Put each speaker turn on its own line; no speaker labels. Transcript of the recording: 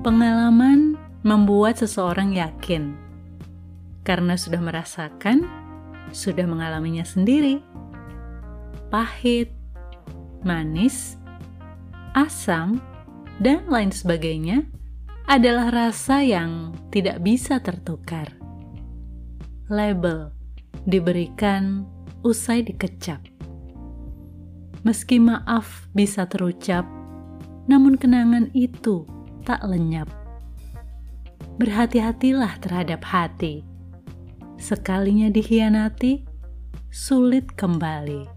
Pengalaman membuat seseorang yakin karena sudah merasakan, sudah mengalaminya sendiri. Pahit, manis, asam, dan lain sebagainya adalah rasa yang tidak bisa tertukar. Label diberikan usai dikecap. Meski maaf bisa terucap, namun kenangan itu tak lenyap. Berhati-hatilah terhadap hati. Sekalinya dikhianati, sulit kembali.